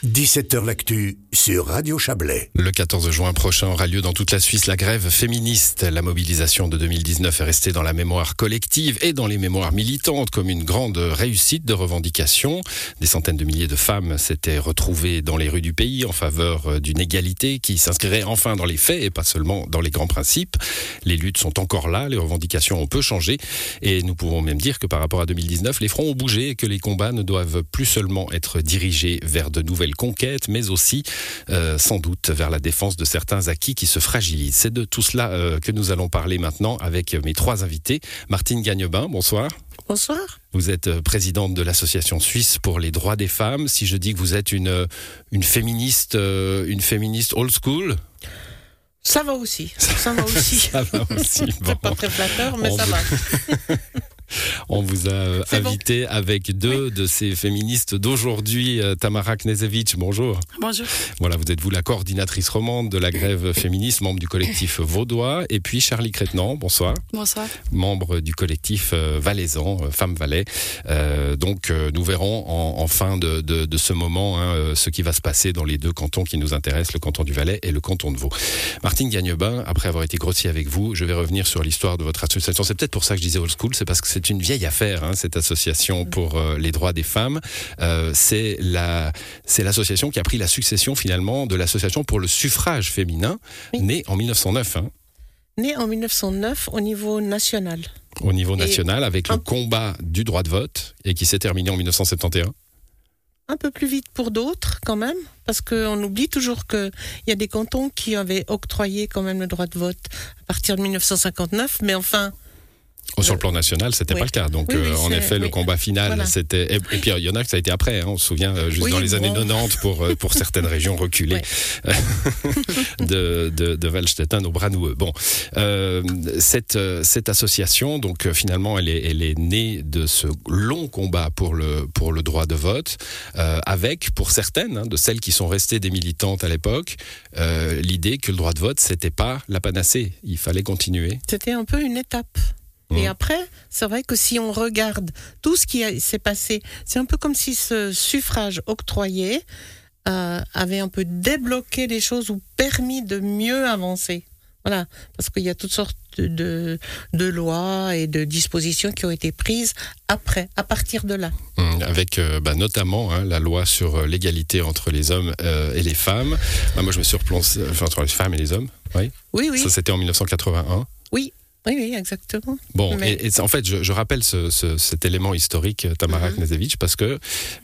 17h l'actu sur Radio Chablais. Le 14 juin prochain aura lieu dans toute la Suisse la grève féministe. La mobilisation de 2019 est restée dans la mémoire collective et dans les mémoires militantes comme une grande réussite de revendication. Des centaines de milliers de femmes s'étaient retrouvées dans les rues du pays en faveur d'une égalité qui s'inscrirait enfin dans les faits et pas seulement dans les grands principes. Les luttes sont encore là, les revendications ont peu changé et nous pouvons même dire que par rapport à 2019, les fronts ont bougé et que les combats ne doivent plus seulement être dirigés vers de nouvelles conquêtes, mais aussi sans doute vers la défense de certains acquis qui se fragilisent. C'est de tout cela que nous allons parler maintenant avec mes trois invités. Martine Gagnebin, bonsoir. Bonsoir. Vous êtes présidente de l'Association suisse pour les droits des femmes. Si je dis que vous êtes une féministe old school, ça va aussi. Ça va aussi. Ça va aussi. Bon. C'est pas très flatteur, mais ça va. On vous a invité avec deux de ces féministes d'aujourd'hui. Tamara Knežević, bonjour. Bonjour. Voilà, vous êtes la coordinatrice romande de la grève féministe, membre du collectif vaudois. Et puis Charlie Crétenant, bonsoir. Bonsoir. Membre du collectif valaisan, Femmes Valais. Donc nous verrons en fin de ce moment ce qui va se passer dans les deux cantons qui nous intéressent, le canton du Valais et le canton de Vaud. Martine Gagnebin, après avoir été grossier avec vous, je vais revenir sur l'histoire de votre association. C'est peut-être pour ça que je disais old school, c'est parce que c'est une vieille affaire, cette association pour les droits des femmes. C'est l'association qui a pris la succession finalement de l'association pour le suffrage féminin, née en 1909. Née en 1909 au niveau national. Au niveau national, avec le combat du droit de vote, et qui s'est terminé en 1971. Un peu plus vite pour d'autres quand même, parce qu'on oublie toujours qu'il y a des cantons qui avaient octroyé quand même le droit de vote à partir de 1959, mais enfin... Sur le plan national, c'était pas le cas. Donc, en effet, le combat final, c'était... Et puis, il y en a que ça a été après. On se souvient, juste dans les années 90, pour certaines régions reculées, de Waldstätten au Bras-Noueux. Bon, cette association, donc, finalement, elle est née de ce long combat pour le droit de vote, avec, pour certaines, de celles qui sont restées des militantes à l'époque, l'idée que le droit de vote, c'était pas la panacée. Il fallait continuer. C'était un peu une étape. Et après, c'est vrai que si on regarde tout ce qui s'est passé, c'est un peu comme si ce suffrage octroyé avait un peu débloqué les choses ou permis de mieux avancer. Voilà, parce qu'il y a toutes sortes de lois et de dispositions qui ont été prises après, à partir de là. Avec notamment la loi sur l'égalité entre les hommes et les femmes. Moi, je me suis replongé entre les femmes et les hommes. Oui. Ça, c'était en 1981. Oui, exactement. Bon, et en fait, je rappelle cet élément historique, Tamara Knežević, parce que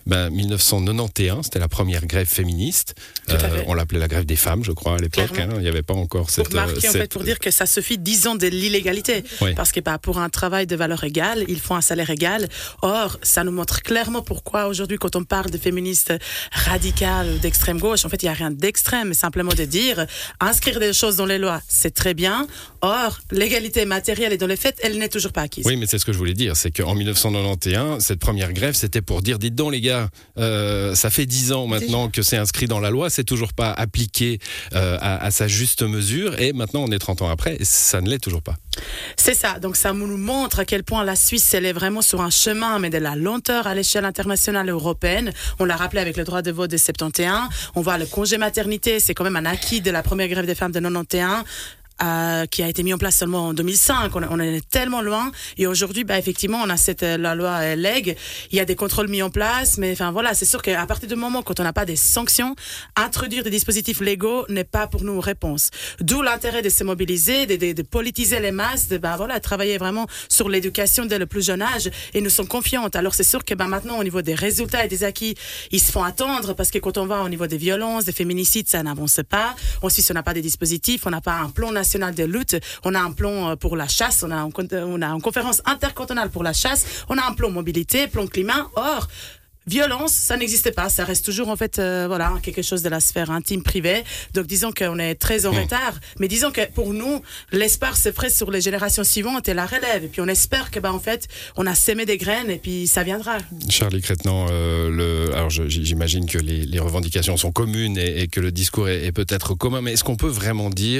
1991, c'était la première grève féministe. On l'appelait la grève des femmes, je crois, à l'époque. Il n'y avait pas encore cette... Pour marquer, en fait, pour dire que ça suffit 10 ans de l'illégalité. Oui. Parce que pour un travail de valeur égale, il faut un salaire égal. Or, ça nous montre clairement pourquoi aujourd'hui, quand on parle de féministes radicales, d'extrême gauche, en fait, il n'y a rien d'extrême, mais simplement de dire, inscrire des choses dans les lois, c'est très bien. Or, l'égalité matérielle et dans les faits, elle n'est toujours pas acquise. Oui, mais c'est ce que je voulais dire, c'est qu'en 1991, cette première grève, c'était pour dire, dites donc les gars, ça fait 10 ans maintenant que c'est inscrit dans la loi, c'est toujours pas appliqué à sa juste mesure, et maintenant on est 30 ans après, et ça ne l'est toujours pas. C'est ça, donc ça nous montre à quel point la Suisse, elle est vraiment sur un chemin, mais de la lenteur à l'échelle internationale et européenne. On l'a rappelé avec le droit de vote de 71, on voit le congé maternité, c'est quand même un acquis de la première grève des femmes de 91, qui a été mis en place seulement en 2005. On est tellement loin. Et aujourd'hui, effectivement, on a la loi LEG. Il y a des contrôles mis en place. Mais voilà, c'est sûr qu'à partir du moment quand on n'a pas des sanctions, introduire des dispositifs légaux n'est pas pour nous réponse. D'où l'intérêt de se mobiliser, de politiser les masses, de travailler vraiment sur l'éducation dès le plus jeune âge. Et nous sommes confiantes. Alors c'est sûr que maintenant, au niveau des résultats et des acquis, ils se font attendre parce que quand on va au niveau des violences, des féminicides, ça n'avance pas. En Suisse, on n'a pas des dispositifs, on n'a pas un plan national de lutte, on a un plan pour la chasse, on a une conférence intercantonale pour la chasse, on a un plan mobilité, plan climat. Or, violence, ça n'existe pas, ça reste toujours en fait quelque chose de la sphère intime, privée. Donc disons qu'on est très en retard, mais disons que pour nous, l'espoir se ferait sur les générations suivantes et la relève. Et puis on espère que en fait, on a sémé des graines et puis ça viendra. Charlie Crétenant, alors j'imagine que les revendications sont communes et que le discours est peut-être commun, mais est-ce qu'on peut vraiment dire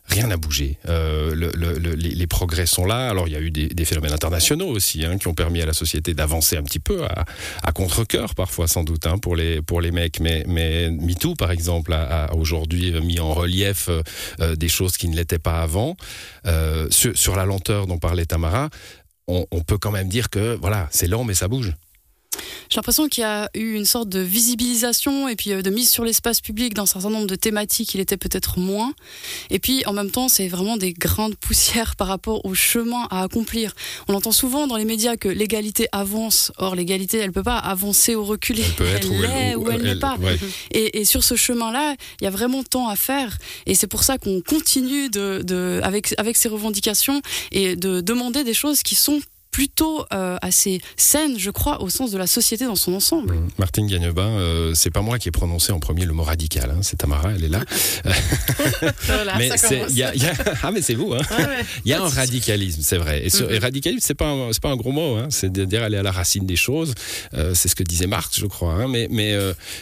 rien n'a bougé. Les progrès sont là. Alors, il y a eu des phénomènes internationaux aussi, qui ont permis à la société d'avancer un petit peu, à contre-cœur parfois, sans doute, pour les mecs. Mais MeToo, par exemple, a aujourd'hui mis en relief des choses qui ne l'étaient pas avant. Sur la lenteur dont parlait Tamara, on peut quand même dire que, voilà, c'est lent, mais ça bouge. J'ai l'impression qu'il y a eu une sorte de visibilisation et puis de mise sur l'espace public d'un certain nombre de thématiques, il était peut-être moins. Et puis en même temps, c'est vraiment des grains de poussière par rapport au chemin à accomplir. On entend souvent dans les médias que l'égalité avance. Or, l'égalité, elle peut pas avancer ou reculer. Elle l'est ou elle n'est pas. Ouais. Et sur ce chemin-là, il y a vraiment tant à faire. Et c'est pour ça qu'on continue avec ces revendications et de demander des choses qui sont plutôt assez saine, je crois, au sens de la société dans son ensemble. Martine Gagnebin, c'est pas moi qui ai prononcé en premier le mot radical, c'est Tamara, elle est là. Voilà, mais mais c'est vous, Il y a un radicalisme, c'est vrai. Et radicalisme, c'est pas un gros mot, c'est-à-dire aller à la racine des choses. C'est ce que disait Marx, je crois. Mais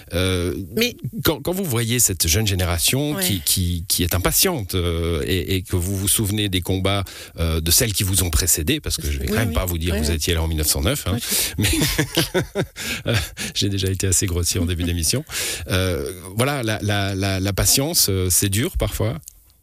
quand vous voyez cette jeune génération qui est impatiente et que vous vous souvenez des combats de celles qui vous ont précédés, parce que je vais quand même pas vous dire vous étiez là en 1909, mais j'ai déjà été assez grossier en début d'émission. Voilà, la patience, c'est dur parfois.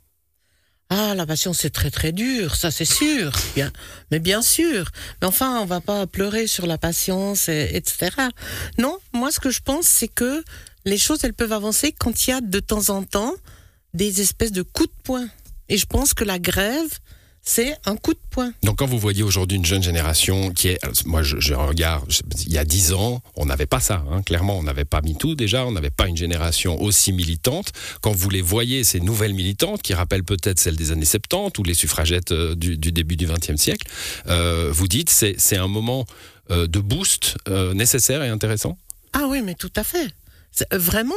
Ah, la patience, c'est très très dur, ça c'est sûr. Bien sûr. Mais enfin, on va pas pleurer sur la patience, etc. Non, moi ce que je pense, c'est que les choses, elles peuvent avancer quand il y a de temps en temps des espèces de coups de poing. Et je pense que la grève, c'est un coup de poing. Donc quand vous voyez aujourd'hui une jeune génération qui est... Moi, je regarde, il y a 10 ans, on n'avait pas ça. Clairement, on n'avait pas MeToo déjà, on n'avait pas une génération aussi militante. Quand vous les voyez, ces nouvelles militantes, qui rappellent peut-être celles des années 70 ou les suffragettes du début du XXe siècle, vous dites c'est un moment de boost nécessaire et intéressant ? Ah oui, mais tout à fait. Vraiment.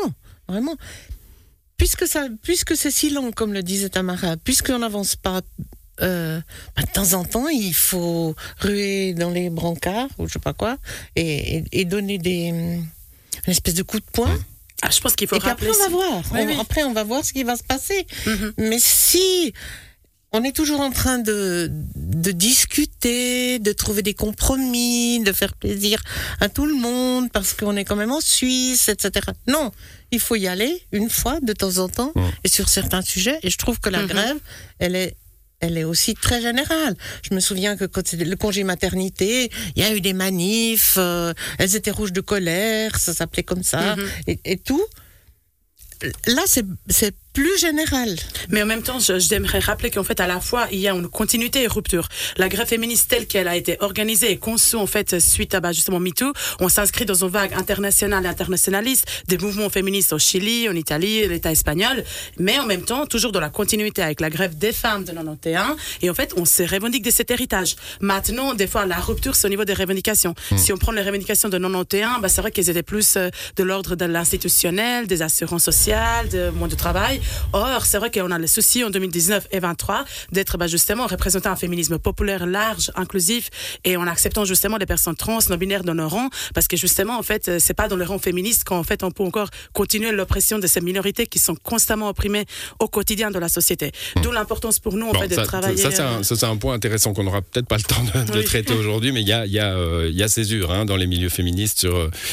Puisque c'est si long, comme le disait Tamara, puisqu'on n'avance pas... de temps en temps, il faut ruer dans les brancards ou je sais pas quoi et donner une espèce de coup de poing. Ah, je pense qu'il faut rappeler. Après, on va voir. Après, on va voir ce qui va se passer. Mais si on est toujours en train de discuter, de trouver des compromis, de faire plaisir à tout le monde parce qu'on est quand même en Suisse, etc. Non, il faut y aller une fois de temps en temps et sur certains sujets. Et je trouve que la grève, elle est aussi très générale. Je me souviens que quand c'était le congé maternité, il y a eu des manifs, elles étaient rouges de colère, ça s'appelait comme ça, et tout. Là, c'est plus général. Mais en même temps, j'aimerais rappeler qu'en fait, à la fois, il y a une continuité et rupture. La grève féministe telle qu'elle a été organisée et conçue, en fait, suite à, justement, MeToo, on s'inscrit dans une vague internationale et internationaliste des mouvements féministes au Chili, en Italie, l'État espagnol, mais en même temps, toujours dans la continuité avec la grève des femmes de 91, et en fait, on se revendique de cet héritage. Maintenant, des fois, la rupture, c'est au niveau des revendications. Si on prend les revendications de 91, c'est vrai qu'elles étaient plus de l'ordre de l'institutionnel, des assurances sociales, de monde de travail. Or, c'est vrai qu'on a le souci en 2019 et 2023 d'être justement représentant un féminisme populaire, large, inclusif, et en acceptant justement les personnes trans, non-binaires dans nos rangs, parce que justement, en fait, c'est pas dans les rangs féministes qu'en fait on peut encore continuer l'oppression de ces minorités qui sont constamment opprimées au quotidien de la société. D'où l'importance pour nous, en fait, de travailler. Ça, c'est un point intéressant qu'on n'aura peut-être pas le temps de traiter aujourd'hui, mais il y a césure dans les milieux féministes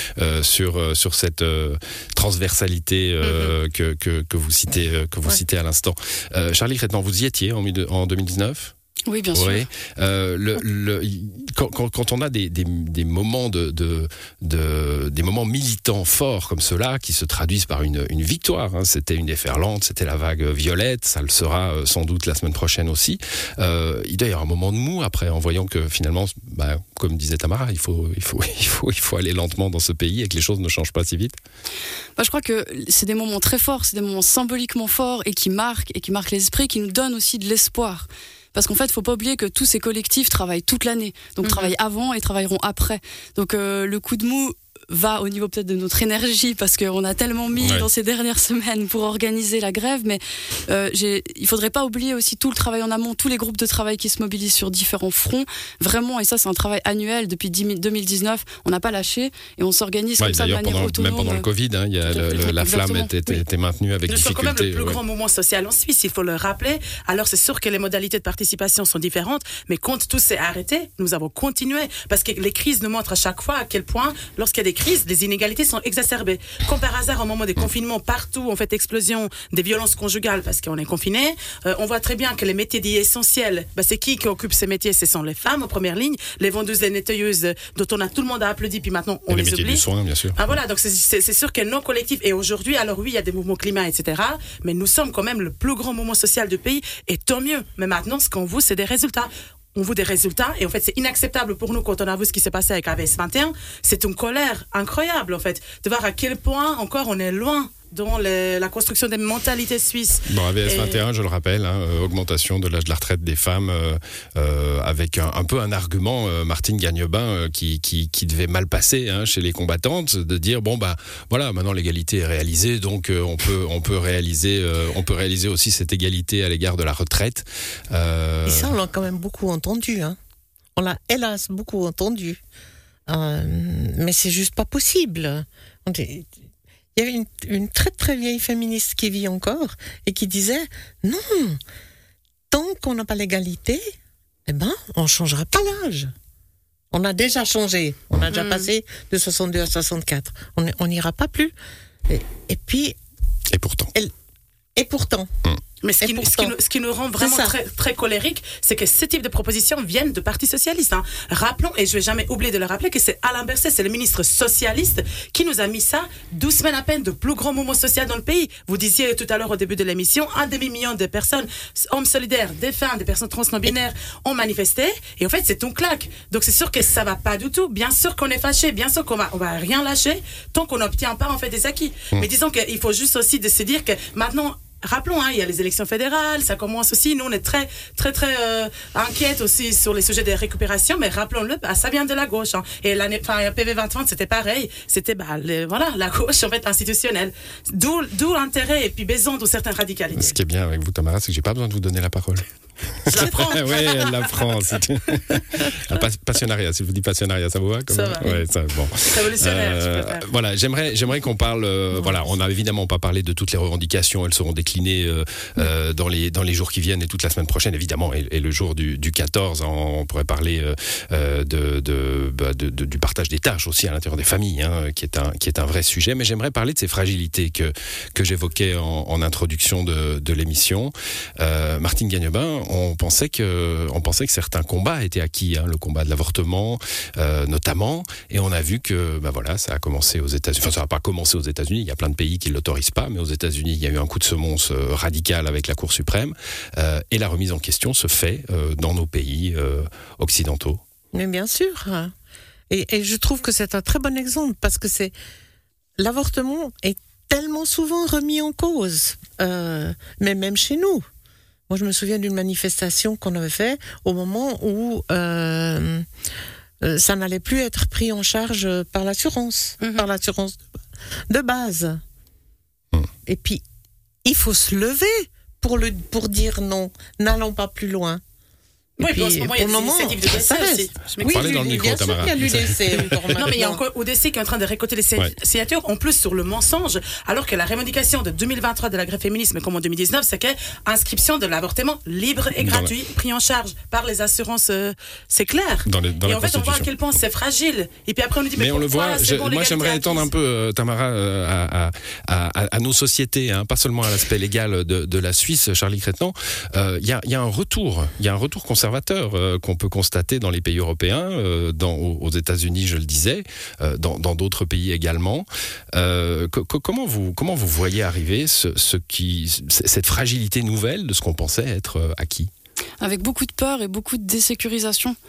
sur cette transversalité que vous citez à l'instant. Charlie Crétan, vous y étiez en 2019 ? Oui, bien sûr. Oui. Quand on a des moments des moments militants forts comme ceux-là qui se traduisent par une victoire, c'était une déferlante, c'était la vague violette, ça le sera sans doute la semaine prochaine aussi. Il doit y avoir un moment de mou après, en voyant que finalement, comme disait Tamara, il faut aller lentement dans ce pays et que les choses ne changent pas si vite. Je crois que c'est des moments très forts, c'est des moments symboliquement forts et qui marquent les esprits, qui nous donnent aussi de l'espoir. Parce qu'en fait, il ne faut pas oublier que tous ces collectifs travaillent toute l'année. Donc, travaillent avant et travailleront après. Donc, le coup de mou va au niveau peut-être de notre énergie, parce qu'on a tellement mis dans ces dernières semaines pour organiser la grève, mais il faudrait pas oublier aussi tout le travail en amont, tous les groupes de travail qui se mobilisent sur différents fronts, vraiment, et ça c'est un travail annuel depuis 2019, on n'a pas lâché, et on s'organise comme ça de manière autonome. Même pendant le Covid, il y a la flamme était maintenue avec difficulté. C'est quand même le plus grand mouvement social en Suisse, il faut le rappeler. Alors c'est sûr que les modalités de participation sont différentes, mais quand tout s'est arrêté, nous avons continué, parce que les crises nous montrent à chaque fois à quel point, lorsqu'il y a des crises, les inégalités sont exacerbées. Comme par hasard, au moment des confinements, partout, on fait explosion des violences conjugales parce qu'on est confiné. On voit très bien que les métiers dits essentiels, c'est qui occupe ces métiers? Ce sont les femmes en première ligne, les vendeuses, les nettoyeuses, dont tout le monde a applaudi, puis maintenant on les oublie. Les métiers du soin, bien sûr. Voilà, donc c'est sûr que nos collectifs, et aujourd'hui, alors oui, il y a des mouvements climat, etc., mais nous sommes quand même le plus grand mouvement social du pays, et tant mieux. Mais maintenant, ce qu'on veut, c'est des résultats. On veut des résultats, et en fait c'est inacceptable pour nous quand on a vu ce qui s'est passé avec AVS 21. C'est une colère incroyable en fait, de voir à quel point encore on est loin dans la construction des mentalités suisses. Bon, AVS 21, je le rappelle, augmentation de l'âge de la retraite des femmes, avec un peu un argument, Martine Gagnebin, qui devait mal passer chez les combattantes, de dire voilà, maintenant l'égalité est réalisée, donc on peut réaliser aussi cette égalité à l'égard de la retraite. Et ça, on l'a quand même beaucoup entendu. On l'a hélas beaucoup entendu, mais c'est juste pas possible. Il y avait une très très vieille féministe qui vit encore et qui disait non, tant qu'on n'a pas l'égalité, on changera pas l'âge. On a déjà changé, on a déjà passé de 62 à 64. On n'ira pas plus. Et puis. Et pourtant. Et pourtant. Mais ce qui nous rend vraiment très, très colérique, c'est que ce type de propositions viennent de partis socialistes. Rappelons, et je ne vais jamais oublier de le rappeler, que c'est Alain Berset, c'est le ministre socialiste, qui nous a mis ça 12 semaines à peine de plus grand mouvement social dans le pays. Vous disiez tout à l'heure au début de l'émission, 1 demi-million de personnes, hommes solidaires, des femmes, des personnes trans non-binaires, ont manifesté, et en fait c'est une claque. Donc c'est sûr que ça ne va pas du tout. Bien sûr qu'on est fâché, bien sûr qu'on va rien lâcher tant qu'on n'obtient pas en fait des acquis. Mais disons qu'il faut juste aussi de se dire que maintenant, rappelons, il y a les élections fédérales, ça commence aussi. Nous, on est très, très, très inquiètes aussi sur les sujets des récupérations, mais rappelons-le, ça vient de la gauche. Et PV 2030, c'était pareil. C'était la gauche en fait institutionnelle. D'où l'intérêt et puis besoin de certaines radicalités. Ce qui est bien avec vous, Tamara, c'est que j'ai pas besoin de vous donner la parole. Je la prends. Oui, elle la prend. Passionnariat, si je vous dis passionnariat, ça vous va Ça va. Ouais, ça, bon. Révolutionnaire, je préfère. Voilà, j'aimerais qu'on parle. On n'a évidemment pas parlé de toutes les revendications. Elles seront déclinées dans les jours qui viennent et toute la semaine prochaine, évidemment. Et le jour du 14, on pourrait parler du partage des tâches aussi à l'intérieur des familles, qui est un vrai sujet. Mais j'aimerais parler de ces fragilités que j'évoquais en introduction de l'émission. Martine Gagnebin, on pensait que certains combats étaient acquis, le combat de l'avortement notamment, et on a vu que ça a commencé aux États-Unis. Enfin, ça n'a pas commencé aux États-Unis. Il y a plein de pays qui ne l'autorisent pas, mais aux États-Unis, il y a eu un coup de semonce radical avec la Cour suprême, et la remise en question se fait dans nos pays occidentaux. Mais bien sûr. Et je trouve que c'est un très bon exemple parce que l'avortement est tellement souvent remis en cause, mais même chez nous. Moi, je me souviens d'une manifestation qu'on avait fait au moment où ça n'allait plus être pris en charge par l'assurance, par l'assurance de base. Et puis, il faut se lever pour dire non, n'allons pas plus loin. Oui, puis en ce moment, il y a des initiatives de décès aussi. Oui, parlez dans le micro, Tamara. Bien sûr qu'il y a l'UDC. Non, mais il y a encore UDC qui est en train de récolter les signatures, en plus sur le mensonge, alors que la revendication de 2023 de la grève féministe, mais comme en 2019, c'est que inscription de l'avortement libre et gratuit, pris en charge par les assurances, c'est clair. Et en fait, on voit à quel point c'est fragile. Et puis après, on nous dit, mais on le voit. Moi, j'aimerais étendre un peu, Tamara, à nos sociétés, pas seulement à l'aspect légal de la Suisse, Charlie Crétenant. Il y a un retour conservateur qu'on peut constater dans les pays européens, aux États-Unis, je le disais, dans d'autres pays également. Comment vous voyez arriver cette fragilité nouvelle de ce qu'on pensait être acquis ? Avec beaucoup de peur et beaucoup de désécurisation.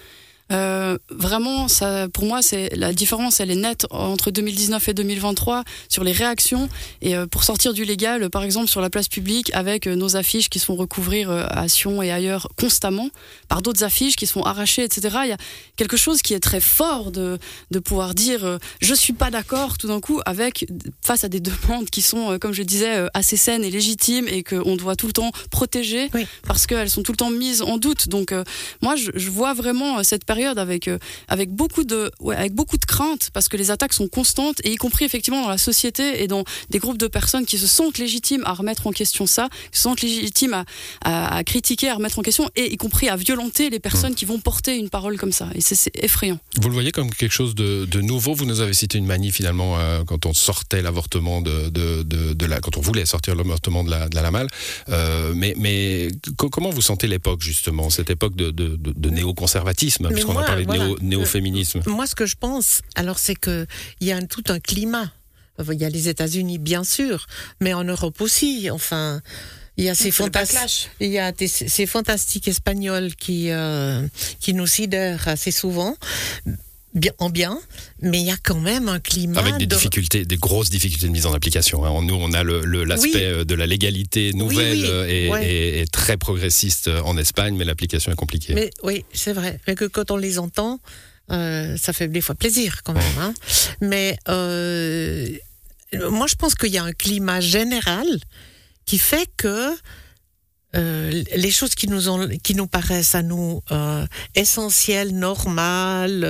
Vraiment, ça, pour moi, la différence, elle est nette entre 2019 et 2023 sur les réactions. Et pour sortir du légal, par exemple, sur la place publique, avec nos affiches qui se font recouvrir à Sion et ailleurs constamment, par d'autres affiches qui se font arracher, etc. Il y a quelque chose qui est très fort de pouvoir dire je suis pas d'accord tout d'un coup face à des demandes qui sont, comme je disais, assez saines et légitimes et qu'on doit tout le temps protéger parce qu'elles sont tout le temps mises en doute. Donc moi, je vois vraiment cette période avec beaucoup de crainte parce que les attaques sont constantes et y compris effectivement dans la société et dans des groupes de personnes qui se sentent légitimes à remettre en question ça, qui se sentent légitimes à critiquer, à remettre en question et y compris à violenter les personnes qui vont porter une parole comme ça. Et c'est effrayant. Vous le voyez comme quelque chose de nouveau. Vous nous avez cité une manif finalement quand on sortait l'avortement quand on voulait sortir l'avortement de la Lamal. Mais comment vous sentez l'époque justement, cette époque de néoconservatisme? On a parlé de néo-féminisme. Moi, ce que je pense, alors, c'est qu'il y a tout un climat. Il y a les États-Unis, bien sûr, mais en Europe aussi. Enfin, il y a ces fantastiques espagnols qui nous sidèrent assez souvent. Bien, mais il y a quand même un climat avec des grosses difficultés de mise en application. Hein. Nous, on a l'aspect de la légalité nouvelle et très progressiste en Espagne, mais l'application est compliquée. Mais oui, c'est vrai. Mais que quand on les entend, ça fait des fois plaisir quand même. Hein. Mais moi, je pense qu'il y a un climat général qui fait que les choses qui nous paraissent à nous essentielles, normales,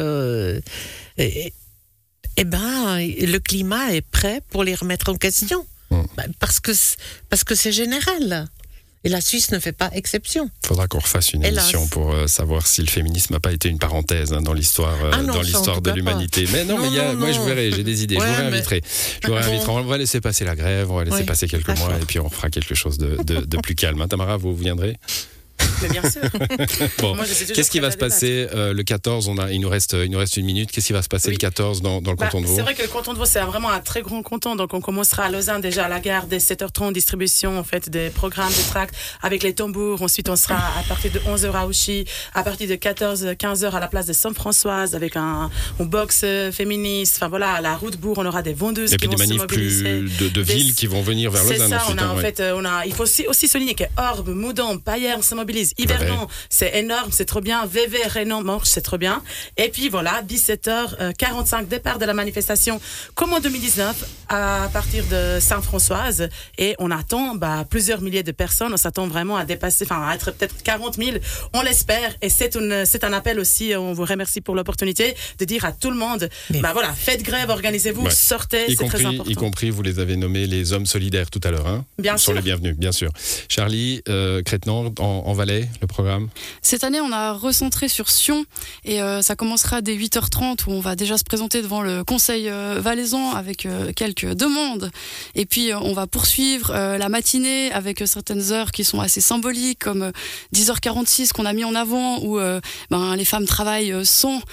le climat est prêt pour les remettre en question. Parce que c'est général. Et la Suisse ne fait pas exception. Il faudra qu'on refasse une émission pour savoir si le féminisme n'a pas été une parenthèse dans l'histoire de l'humanité. Pas. Mais non, moi je verrai, j'ai des idées. Je vous réinviterai. On va laisser passer la grève, on va laisser passer quelques mois et puis on fera quelque chose de plus calme. Hein, Tamara, vous viendrez ? Mais bien sûr. Bon, qu'est-ce qui va se passer le 14 il nous reste une minute. Qu'est-ce qui va se passer le 14 dans le canton de Vaud? C'est vrai que le canton de Vaud, c'est vraiment un très grand canton. Donc, on commencera à Lausanne déjà à la gare dès 7h30, distribution en fait des programmes, des tracts avec les tambours. Ensuite, on sera à partir de 11h à Ouchy, à partir de 15h à la place de Sainte-Françoise avec un box féministe. Enfin voilà, à la route Bourg, on aura des vendeuses qui vont se mobiliser. Et puis des manifs plus de villes qui vont venir vers Lausanne. C'est ça. Il faut aussi souligner que Orbe, Moudon, Payerne se mobilisent. Yverdon, c'est énorme, c'est trop bien. VV, Rénan, Morges, c'est trop bien. Et puis voilà, 17h45, départ de la manifestation, comme en 2019, à partir de Sainte-Françoise. Et on attend plusieurs milliers de personnes. On s'attend vraiment à dépasser, à être peut-être 40 000. On l'espère. Et c'est un appel aussi. On vous remercie pour l'opportunité de dire à tout le monde, faites grève, organisez-vous, sortez, c'est très important. Y compris, vous les avez nommés les hommes solidaires tout à l'heure. Hein, bien sûr. Sont les bienvenus, bien sûr. Charlie, Crétenant, en Valais, le programme? Cette année, on a recentré sur Sion et ça commencera dès 8h30 où on va déjà se présenter devant le conseil valaisan avec quelques demandes. Et puis, on va poursuivre la matinée avec certaines heures qui sont assez symboliques comme 10h46 qu'on a mis en avant où les femmes travaillent sans...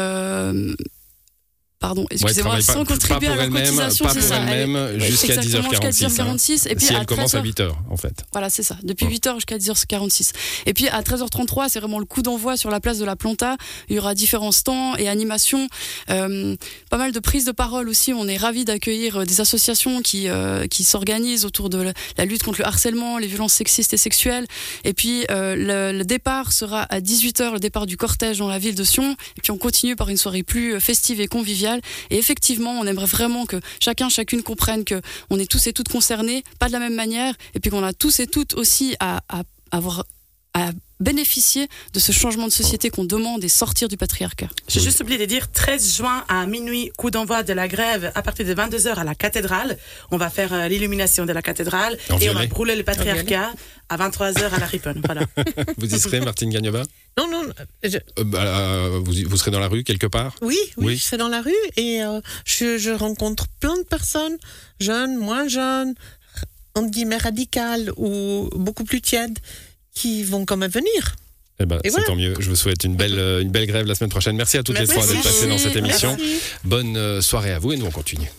sans contribuer à la cotisation, c'est ça. Jusqu'à 10h46. Et puis si elle commence à 8h, en fait. Voilà, c'est ça. Depuis 8h jusqu'à 10h46. Et puis à 13h33, c'est vraiment le coup d'envoi sur la place de la Planta. Il y aura différents stands et animations. Pas mal de prises de parole aussi. On est ravis d'accueillir des associations qui s'organisent autour de la lutte contre le harcèlement, les violences sexistes et sexuelles. Et puis le départ sera à 18h, le départ du cortège dans la ville de Sion. Et puis on continue par une soirée plus festive et conviviale. Et effectivement, on aimerait vraiment que chacune comprenne qu'on est tous et toutes concernés, pas de la même manière, et puis qu'on a tous et toutes aussi à bénéficier de ce changement de société qu'on demande et sortir du patriarcat. J'ai juste oublié de dire 13 juin à minuit, coup d'envoi de la grève à partir de 22h à la cathédrale. On va faire l'illumination de la cathédrale et on va brûler le patriarcat à 23h à la Riponne. Voilà. Vous y serez, Martine Gagnova? Non. Vous serez dans la rue quelque part? Oui, je serai dans la rue et je rencontre plein de personnes, jeunes, moins jeunes, entre guillemets radicales ou beaucoup plus tièdes, qui vont quand même venir. C'est tant mieux. Je vous souhaite une belle grève la semaine prochaine. Merci à toutes les trois d'être passées dans cette émission. Bonne soirée à vous et nous on continue.